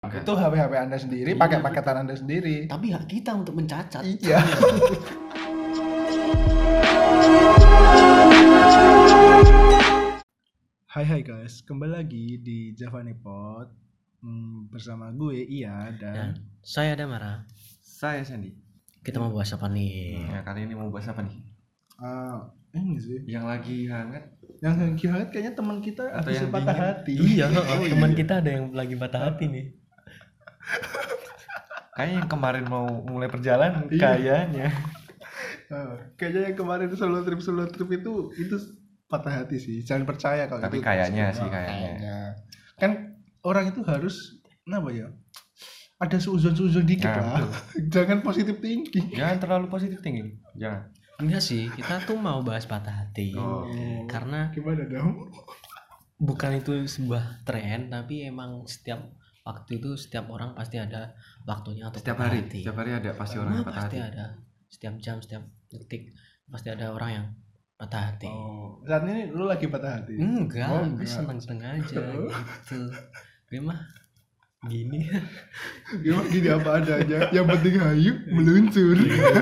Itu HP Anda sendiri, pakai paketan Anda sendiri. Tapi hak kita untuk mencacat. Iya. Hai guys, kembali lagi di Javanipod bersama gue Iya Dan saya Damara. Saya Sandy. Kita mau bahas apa nih? Ya, kali ini mau bahas apa nih? Ini sih. Yang lagi hangat. Yang lagi hangat kayaknya teman kita Atau habis yang patah dingin. hati. Iya, teman kita ada yang lagi patah hati nih. Kayaknya yang kemarin mau mulai perjalanan Iya. kayaknya. Kayaknya yang kemarin solo trip itu patah hati sih. Jangan percaya kalau Tapi itu. kayaknya sih, kayaknya. Kan orang itu harus apa ya? Ada seuzon dikit Nah, lah. Jangan positif thinking. Jangan terlalu positif tinggi. Jangan. Enggak sih, kita tuh mau bahas patah hati. Oh. Karena Gimana dong? bukan itu sebuah tren, tapi emang setiap waktu itu setiap orang pasti ada waktunya untuk Setiap patah hari, hati. setiap hari ada pasti orang yang patah pasti hati. ada. Setiap jam, setiap detik pasti ada orang yang patah hati. Oh, saat ini lu lagi patah hati? Enggak, Oh, gue enggak. seneng-seneng aja gitu. Gue mah gini. Gini apa adanya. Yang penting hayu meluncur.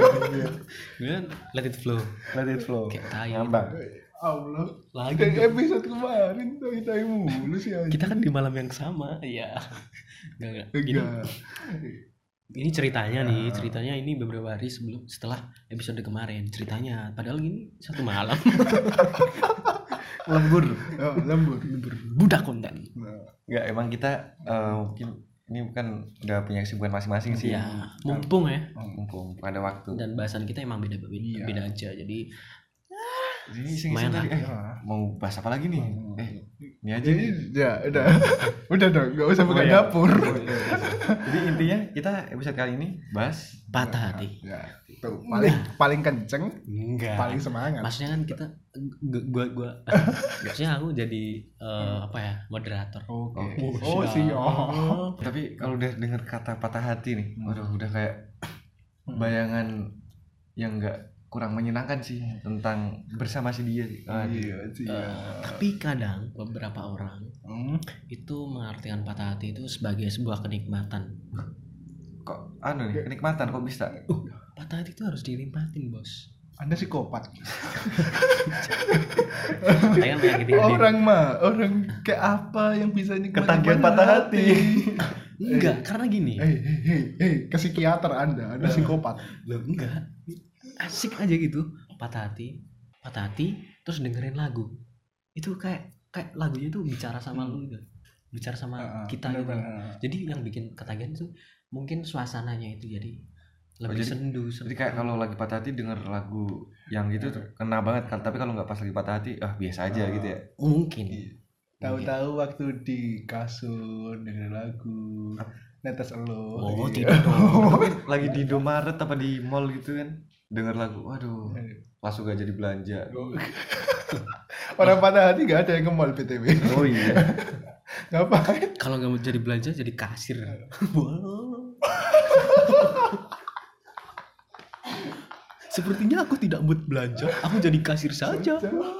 Gue let it flow. Let it flow. Kayak tai. Ngambang. Allah. Lagi Kayak episode kemarin tuh kita mulu sih aja. kita kan di malam yang sama. Iya. Enggak. Enggak. Ini ceritanya nih, ceritanya ini beberapa hari setelah episode kemarin. Ceritanya padahal gini satu malam. Lembur. Oh, lembur. Budak konten. Nah, Enggak, emang kita mungkin ini bukan udah punya kesibukan masing-masing sih. Iya, mumpung ya. Mumpung ada waktu. Dan bahasan kita emang beda Iya. aja. Jadi Jadi iseng-iseng Main tadi, lah. mau bahas apa lagi nih? Ini aja Jadi nih. ya udah. Udah dong, enggak usah buka iya. dapur. Jadi intinya kita episode kali ini bahas patah hati. Ya, tuh paling kenceng, Enggak. paling semangat. Maksudnya kan kita gua maksudnya aku jadi apa ya, moderator. Oke. Oh, Oh, siap. Tapi kalau udah denger kata patah hati nih, waduh udah kayak bayangan yang enggak kurang menyenangkan sih tentang bersama si dia sih. Iya, siap. Tapi kadang beberapa orang Hmm. itu mengartikan patah hati itu sebagai sebuah kenikmatan. Kok anu nih, kenikmatan kok bisa? Patah hati itu harus dinikmatin, bos. Anda psikopat. Saya menyakiti hati. Orang kayak apa yang bisa nikmatin Ketagihan patah hati. Enggak, karena gini. Ke psikiater Anda psikopat. Loh, enggak. Asik aja gitu, patah hati, terus dengerin lagu. Itu kayak lagunya tuh bicara sama lu gitu. Bicara sama kita gitu. Benar-benar. Jadi yang bikin ketagihan itu mungkin suasananya itu jadi lebih jadi- sendu. Jadi kayak kalau lagi patah hati denger lagu yang gitu tuh kena banget kan. Tapi kalau nggak pas lagi patah hati, biasa aja gitu ya. Mungkin. Tahu-tahu waktu di kasur dengerin lagu netes elo. Oh, gitu. tidak dong. Lagi di Indomaret apa di mall gitu kan, denger lagu, waduh, langsung gak jadi belanja. Orang patah hati gak ada yang ke mall BTW. Oh iya. Ngapain? Kalau nggak mau jadi belanja jadi kasir. Sepertinya aku tidak mood belanja. Aku jadi kasir saja.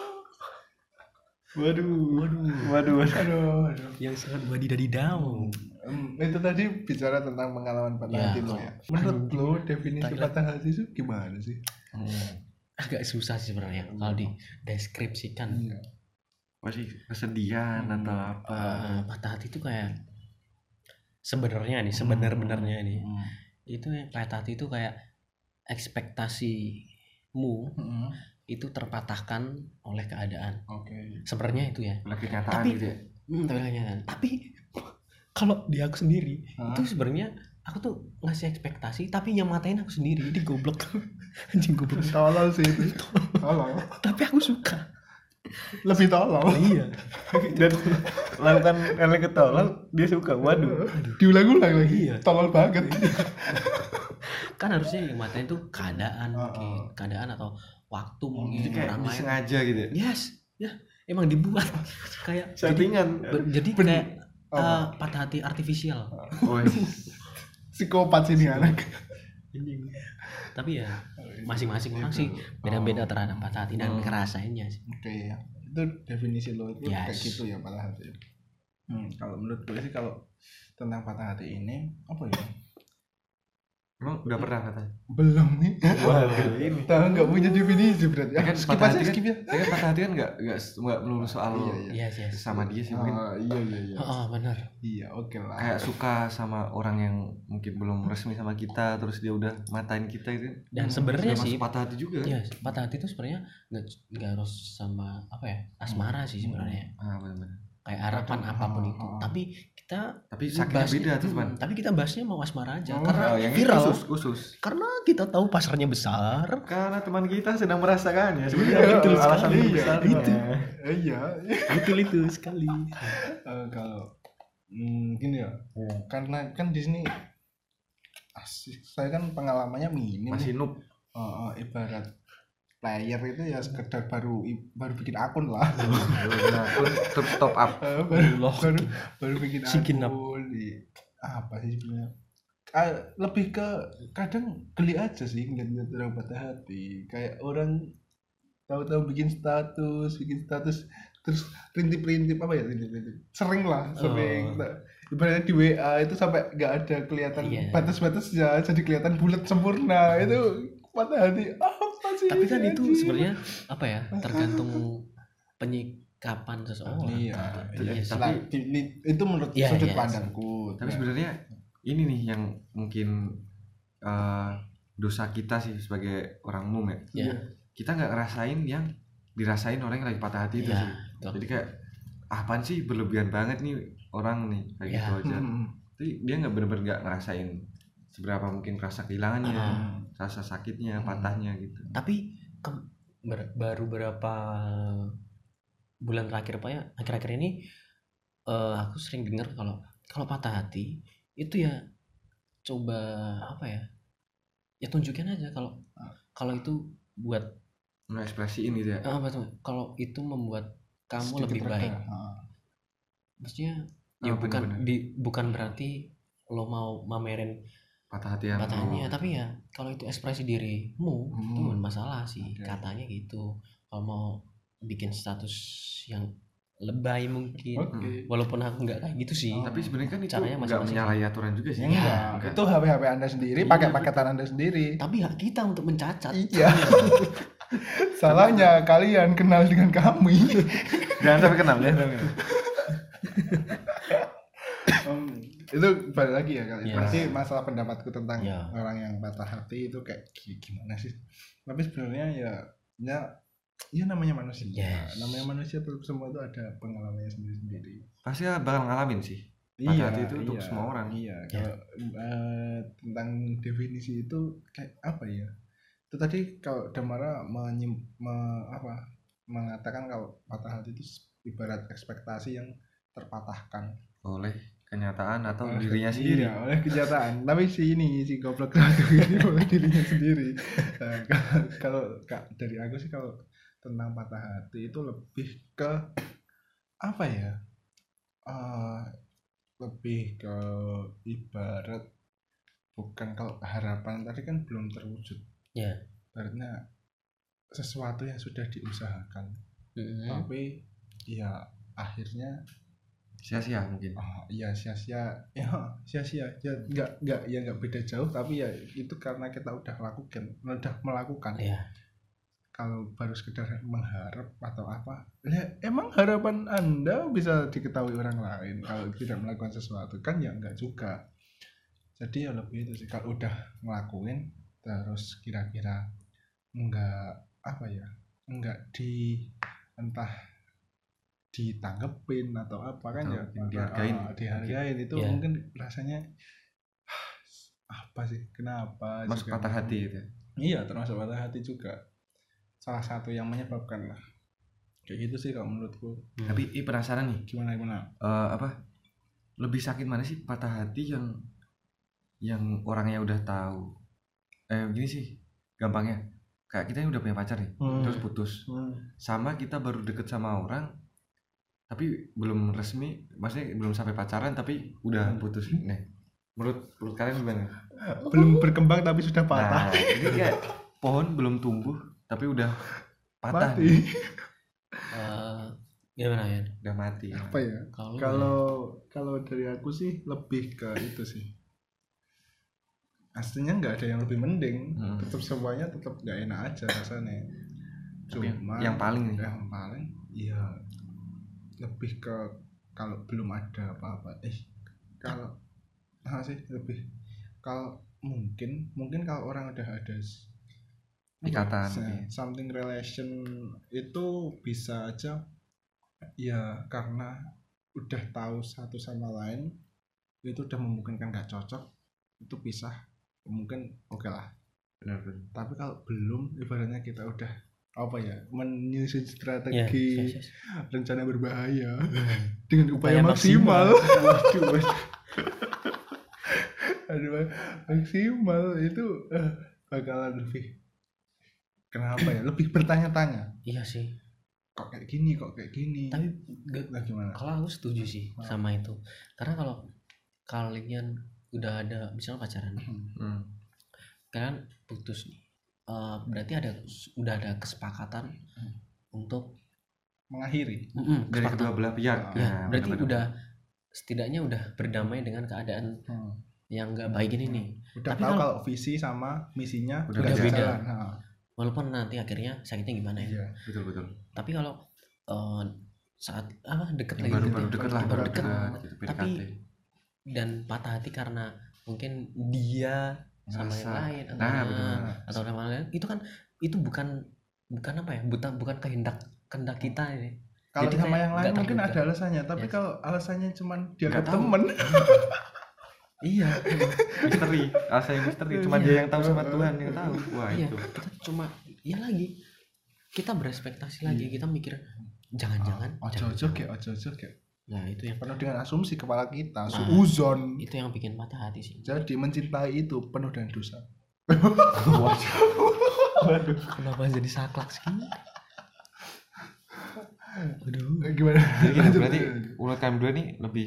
Waduh. Waduh. Aduh. Yang sangat wadidadidau. Itu tadi bicara tentang pengalaman patah Ya, hati lo ya. Menurut lo definisi patah hati itu gimana sih? Agak susah sih sebenarnya kalau dideskripsikan. Masih kesedihan atau apa? Patah hati itu kayak sebenarnya nih, sebenar-benarnya nih. Itu yang patah hati itu kayak ekspektasimu itu terpatahkan oleh keadaan. Oke. Sebenarnya itu ya. Lagi kenyataan Tapi gitu ya. Tapi kalau di aku sendiri itu sebenarnya aku tuh ngasih ekspektasi tapi yang matain aku sendiri. Ini goblok. Anjing goblok. Tolol sih itu. Tolol. Tapi aku suka. Lebih tolol. Iya. Dan lakukan hal yang ketolol, dia suka. Waduh. Diulang-ulang lagi. Iya. Tolol banget. Kan harusnya yang matain tuh keadaan mungkin, keadaan atau waktu mungkin Jadi kayak orang lain. disengaja gitu ya. Yes, ya emang dibuat kayak Settingan. jadi kayak patah hati artifisial. Oh, Psikopat sini anak. Tapi ya masing-masing orang sih beda-beda terhadap patah hati dan ngerasainnya sih. Oke ya. Itu definisi lo itu Yes. kayak gitu ya patah hati. Kalau menurut gue sih kalau tentang patah hati ini apa ya? Emang udah pernah katanya? Belum nih. Wah, ini. Tahu nggak punya definisi berarti. Ya kan Skip patah aja, hati kan, skip ya. ya kan patah hati kan nggak melulu soal Iya sih. sama dia sih mungkin Iya. Benar. Iya, oke lah. kayak suka sama orang yang mungkin belum resmi sama kita, terus dia udah matain kita itu. Dan sebenarnya Udah sih masuk patah hati juga. iya, patah hati itu sebenarnya nggak harus sama apa ya, asmara sih sebenarnya. Benar-benar. Kayak harapan apapun itu. Tapi sakitnya beda tuh, teman. tapi kita bahasnya mau asmara aja yang viral. khusus. Karena kita tahu pasarnya besar. Karena teman kita sedang merasakannya. Sebenarnya itu alasan besar. Iya. Itu sekali. Kalau gini ya, karena kan di sini saya kan pengalamannya minim. Masih noob. Ibarat player itu ya sekedar baru bikin akun lah. Top up. baru bikin akun di apa sih sebenarnya? Lebih ke kadang geli aja sih ngeliat orang patah hati. Kayak orang tahu-tahu bikin status terus rintip apa ya rintip sering. Ibaratnya di WA itu sampai nggak ada kelihatan batas-batasnya, jadi kelihatan bulat sempurna. Itu patah hati apa sih? Tapi kan itu sebenarnya apa ya, tergantung penyikapan seseorang. Iya. Tapi itu menurut sudut pandangku. Tapi sebenarnya ini nih yang mungkin dosa kita sih sebagai orang umum ya. Iya. Kita nggak ngerasain yang dirasain orang yang lagi patah hati itu sih. Jadi kayak apaan sih, berlebihan banget nih orang nih kayak gitu aja. Tapi dia nggak benar-benar nggak ngerasain seberapa mungkin rasa kehilangannya, rasa sakitnya, patahnya gitu. Tapi baru berapa bulan terakhir Pak ya, akhir-akhir ini aku sering dengar kalau patah hati itu ya coba apa ya? Ya tunjukin aja kalau itu buat ekspresiin gitu ya. Betul. Kalau itu membuat kamu sedikit lebih reda. baik. Maksudnya ya bukan berarti lo mau mamerin patahnya, tapi ya kalau itu ekspresi dirimu itu bukan masalah sih. Katanya gitu. Kalau mau bikin status yang lebay mungkin, walaupun aku nggak kayak gitu sih. Tapi sebenarnya kan itu caranya nggak menyalahi aturan juga sih. Enggak. Itu HP Anda sendiri, pakai paketan Anda sendiri. Tapi hak kita untuk mencacat. Iya. Salahnya kalian kenal dengan kami. Jangan sampai kenal ya. Itu balik lagi ya kali. Yes. Berarti masalah pendapatku tentang Ya. orang yang patah hati itu kayak gimana sih? Tapi sebenarnya ya namanya manusia. Yes. Namanya manusia tetap semua itu ada pengalamannya sendiri-sendiri. Pasti bakal ngalamin sih. Patah hati itu untuk semua orang. Iya. Kalau tentang definisi itu kayak apa ya? Itu tadi kalau Damara mengatakan kalau patah hati itu ibarat ekspektasi yang terpatahkan Oleh kenyataan atau dirinya sendiri. Iya, oleh kenyataan. Tapi si goblok satu ini oleh dirinya sendiri. Kalau dari aku sih kalau tentang patah hati itu lebih ke apa ya? Lebih ke ibarat bukan kalau harapan tadi kan belum terwujud. Ya. Ibaratnya sesuatu yang sudah diusahakan. Tapi ya akhirnya sia-sia mungkin. Iya sia-sia ya nggak beda jauh, tapi ya itu karena kita udah melakukan Iya. Kalau baru sekedar mengharap atau apa ya, emang harapan Anda bisa diketahui orang lain kalau tidak melakukan sesuatu kan ya enggak juga. Jadi ya lebih itu sih, kalau udah ngelakuin terus kira-kira enggak entah ditanggepin atau apa kan atau ya dihargain itu Yeah. mungkin rasanya apa sih, kenapa Masuk juga. patah hati itu. Iya, termasuk patah hati juga salah satu yang menyebabkan lah kayak gitu sih kalau menurutku. Tapi penasaran nih, Gimana lebih sakit mana sih, patah hati yang orangnya udah tahu, gini sih gampangnya, kayak kita yang udah punya pacar nih terus putus, sama kita baru deket sama orang tapi belum resmi, maksudnya belum sampai pacaran tapi udah putus. Nih menurut kalian gimana? belum berkembang tapi sudah patah. Nah, ini kayak pohon belum tumbuh tapi udah patah Mati. Gimana ya? Udah mati. Apa ya? Kalau dari aku sih lebih ke itu sih. Aslinya nggak ada yang lebih mending. Tetap semuanya tetap nggak enak aja rasanya. Cuma yang paling ya lebih ke kalau belum ada apa-apa. Kalau sih lebih kalau mungkin kalau orang udah ada ikatan something relation itu bisa aja ya karena udah tahu satu sama lain itu udah memungkinkan gak cocok itu pisah mungkin oke lah. Benar. Tapi kalau belum ibaratnya kita udah apa ya menyusun strategi rencana berbahaya dengan upaya maksimal. Aduh, maksimal itu bakalan lebih kenapa ya lebih bertanya-tanya. Iya sih, kok kayak gini tapi gimana? Kalau aku setuju sih sama itu, karena kalau kalian udah ada misalnya pacaran kalian putus nih, berarti udah ada kesepakatan untuk mengakhiri dari kedua belah pihak ya, berarti setidaknya udah berdamai dengan keadaan yang nggak baik ini nih. Udah tahu kalau visi sama misinya udah beda. Walaupun nanti akhirnya sakitnya gimana ya. Iya, betul. Tapi kalau saat deket lagi baru deket tapi dan patah hati karena mungkin dia sama yang lain atau sama yang lain, itu kan itu bukan apa ya, bukan kehendak kita ini. Kalau sama yang lain mungkin ada alasannya, tapi kalau alasannya cuman dia temen iya, misteri cuma dia yang tahu sama Tuhan yang tahu. Wah itu kita cuma kita berespektasi lagi, kita mikir jangan ojo kayak nah itu yang penuh dengan asumsi kepala kita, suuzon, itu yang bikin patah hati sih. Jadi mencintai itu penuh dengan dosa. Waduh, kenapa jadi saklek sih? Aduh, gimana? Berarti menurut kalian berdua nih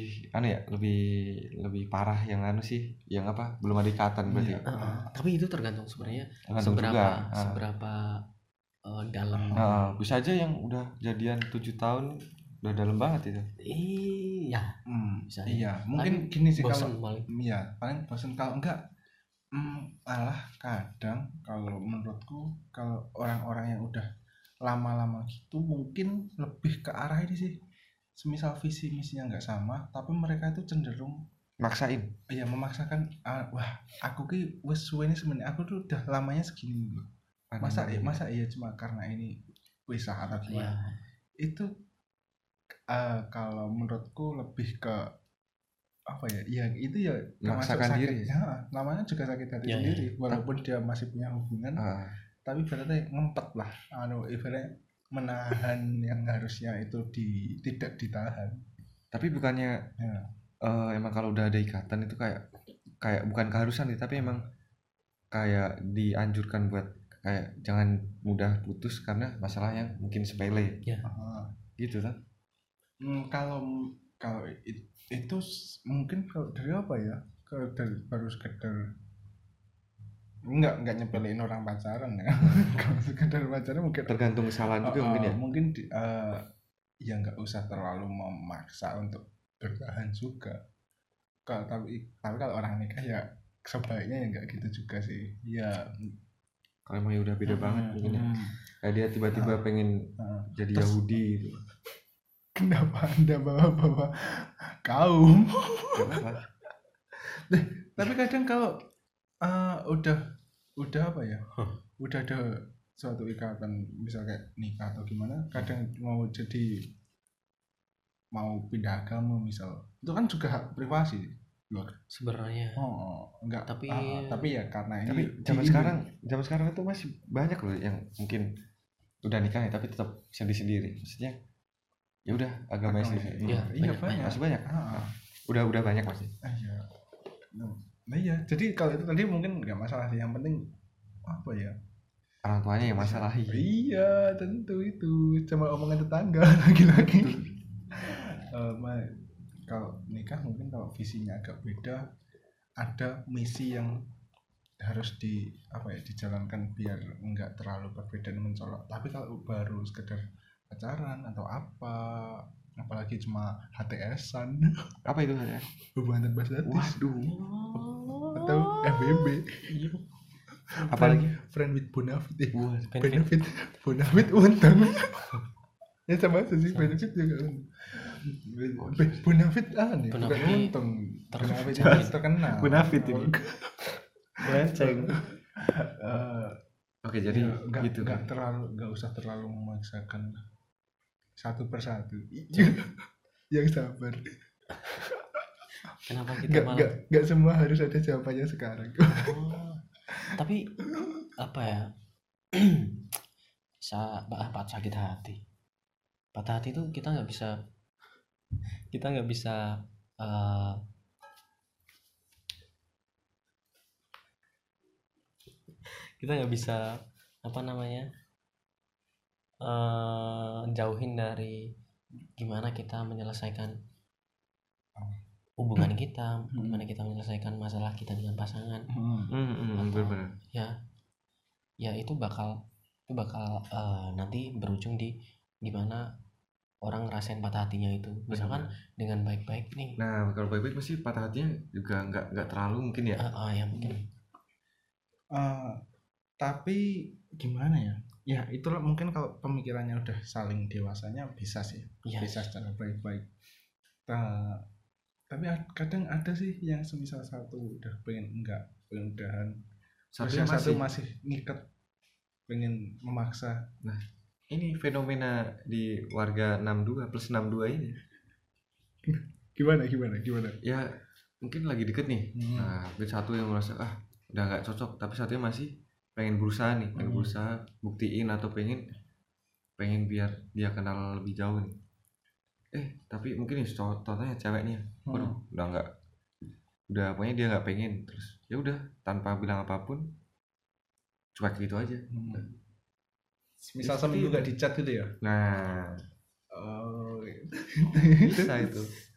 lebih parah yang sih, yang apa? Belum ada ikatan berarti. Tapi itu tergantung sebenarnya seberapa dalam. Bisa aja yang udah jadian 7 tahun udah dalam banget itu. Iya. Bisa. Iya, mungkin gini sih kalau paling bosan kalau enggak malah kadang kalau menurutku kalau orang-orang yang udah lama-lama gitu mungkin lebih ke arah ini sih, semisal visi misinya nggak sama tapi mereka itu cenderung maksain. Iya, memaksakan. Wah, aku ki wes suwe ini sebenarnya aku tuh udah lamanya segini loh. Masa iya cuma karena ini pisah atau gimana? Itu kalau menurutku lebih ke apa ya? Ya itu ya memaksakan diri. Ya, namanya juga sakit hati sendiri walaupun dia masih punya hubungan. Tapi berarti ngempet lah, ibaratnya menahan yang harusnya itu tidak ditahan. Tapi bukannya emang kalau udah ada ikatan itu kayak bukan keharusan nih, tapi emang kayak dianjurkan buat kayak jangan mudah putus karena masalah yang mungkin sepele. Gitu kan? Kalau itu mungkin kalau dari apa ya? Kalau dari baru sekedar enggak nyepelein orang pacaran ya. Kalau sekedar pacaran mungkin tergantung kesalahan juga mungkin ya. Mungkin ya nggak usah terlalu memaksa untuk bertahan juga. Tapi kalau orang nikah ya sebaiknya ya nggak gitu juga sih. Ya kalau emang udah beda banget mungkin ya. Kayak dia tiba-tiba pengen jadi Yahudi gitu. Kenapa Anda bawa kaum? Tapi kadang kalau udah apa ya? Udah ada suatu ikatan, misal kayak nikah atau gimana, kadang mau pindah agama misal. Itu kan juga hak privasi loh sebenarnya. Enggak. Tapi ya karena ini. Tapi zaman sekarang itu masih banyak loh yang mungkin udah nikah tapi tetap sendiri. Maksudnya ya udah agamanya sendiri. Iya banyak. Masih banyak. Udah banyak masih. Iya. Nah iya, jadi kalau itu tadi mungkin nggak masalah sih, yang penting apa ya? Orang tuanya yang masalahi. Iya, tentu itu cuma omongan tetangga lagi-lagi. Kalau nikah mungkin kalau visinya agak beda, ada misi yang harus dijalankan biar nggak terlalu berbeda dan mencolok. Tapi kalau baru sekedar pacaran atau apa, apalagi cuma HTS-an. Apa itu ya? Hubungan tanpa status. Waduh. Atau FWB. Apalagi friend with bonafit. Benefit. Bonafit untung. Ya sama aja sih, benefit juga untung. Bonafit nih, bukan untung. Bonafit itu terkenal. Bonafit ini. Melenceng. Oke, jadi gitu kan. Nggak usah terlalu memaksakan satu persatu. Yang sabar. Kenapa kita malah nggak semua harus ada jawabannya sekarang. Tapi apa ya? Sakit hati. Patah hati itu kita nggak bisa apa namanya, jauhin dari gimana kita menyelesaikan hubungan kita, gimana kita menyelesaikan masalah kita dengan pasangan. Benar. Ya itu bakal nanti berujung di gimana orang ngerasain patah hatinya itu. Misalkan dengan baik-baik nih. Nah, kalau baik-baik pasti patah hatinya juga nggak terlalu mungkin ya. Ya mungkin. Tapi gimana ya? Ya itulah mungkin kalau pemikirannya udah saling dewasanya bisa sih. Bisa secara baik-baik. Tapi kadang ada sih yang semisal satu udah pengen udahan. Satu masih ngikat, pengen memaksa. Nah, ini fenomena di warga 62 plus 62 ini. Gimana? Ya mungkin lagi deket nih. Nah, mungkin satu yang merasa udah nggak cocok, tapi satunya masih pengen berusaha nih, berusaha buktiin atau pengen biar dia kenal lebih jauh nih. Tapi mungkin nih contohnya ceweknya, udah pokoknya dia nggak pengen, terus ya udah tanpa bilang apapun, cuek gitu aja. Misal seminggu nggak dicat gitu ya? Nah, bisa itu.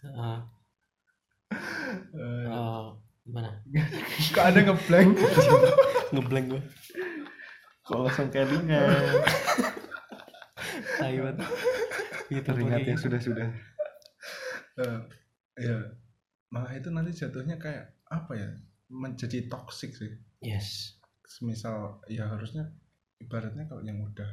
Gimana? Kok ada ngeblank? Ngeblank gue. Kok langsung kelingan? Taiwan. Teringat yang sudah. Ya, malah itu nanti jatuhnya kayak apa ya? Menjadi toksik sih. Yes. Misal ya harusnya ibaratnya kalau yang udah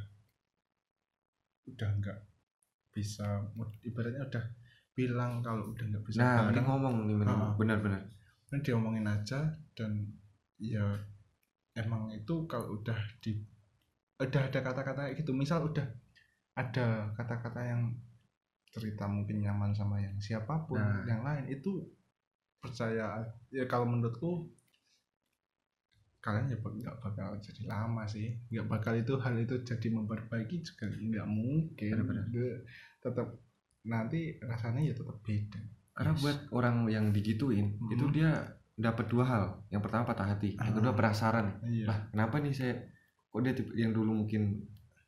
nggak bisa, ibaratnya udah bilang kalau udah nggak bisa. Nah, ini ngomong nih benar. Ini diomongin aja, dan ya emang itu kalau udah ada kata-kata kayak gitu, misal udah ada kata-kata yang cerita mungkin nyaman sama yang siapapun yang lain, itu percaya ya kalau menurutku kalian ya nggak bakal jadi lama sih, nggak bakal hal itu jadi memperbaiki juga nggak mungkin. Tetap nanti rasanya ya tetap beda. Karena buat orang yang digituin itu dia dapat dua hal. Yang pertama patah hati, yang kedua penasaran. Lah kenapa nih saya kok dia yang dulu mungkin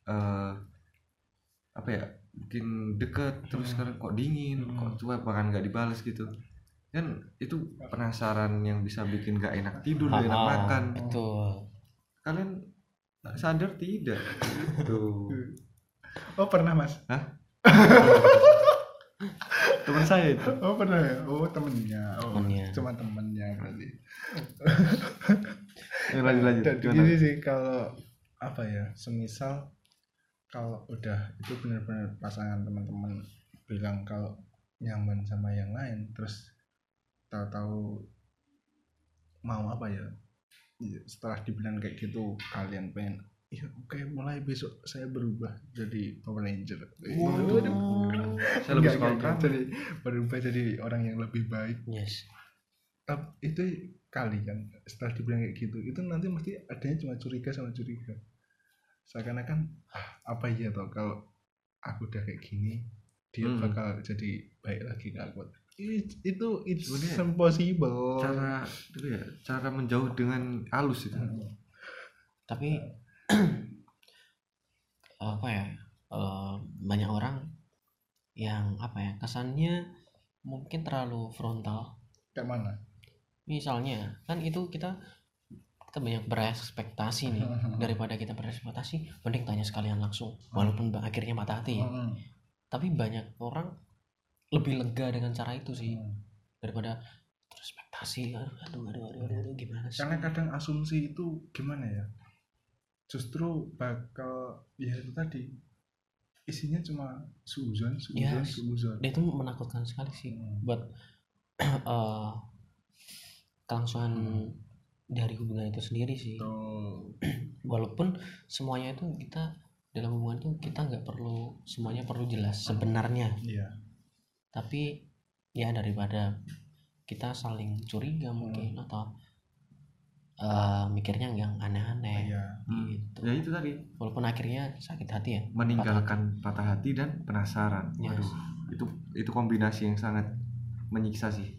mungkin deket terus sekarang kok dingin, kok cuek, bahkan nggak dibalas gitu. Kan itu penasaran yang bisa bikin gak enak tidur, gak enak makan. Betul. Kalian sadar tidak? Tuh. Oh pernah mas? Hah? Teman saya itu. Oh pernah ya? Oh temennya. Cuma temennya berarti. Lanjut. Gini sih, kalau apa ya? Semisal kalau udah itu benar-benar pasangan teman-teman bilang kalau nyaman sama yang lain, terus tahu-tahu mau apa ya, setelah dibilang kayak gitu kalian pengen oke, mulai besok saya berubah jadi Power Ranger. Saya lebih suka jadi berubah jadi orang yang lebih baik. Yes. Itu kalian setelah dibilang kayak gitu, itu nanti mesti adanya cuma curiga. Seakan-akan apa ya toh kalau aku udah kayak gini dia bakal jadi baik lagi ke aku. It's impossible. Cara menjauh dengan halus itu. Tapi apa ya, banyak orang yang apa ya, kesannya mungkin terlalu frontal. Kayak mana? Misalnya kan itu kita kita banyak berekspektasi nih. Daripada kita berekspektasi mending tanya sekalian langsung walaupun akhirnya mata hati ya. Tapi banyak orang lebih lega dengan cara itu sih daripada ekspektasi. Aduh gimana sih, karena kadang asumsi itu gimana ya, justru bakal ya itu tadi isinya cuma suzon. Dia itu menakutkan sekali sih buat kelangsungan dari hubungan itu sendiri sih. Walaupun semuanya itu kita dalam hubungan itu kita nggak perlu semuanya perlu jelas sebenarnya. Tapi ya daripada kita saling curiga mungkin atau mikirnya yang aneh-aneh gitu. Ya itu tadi. Walaupun akhirnya sakit hati ya. Meninggalkan patah hati dan penasaran. Waduh, itu kombinasi yang sangat menyiksa sih.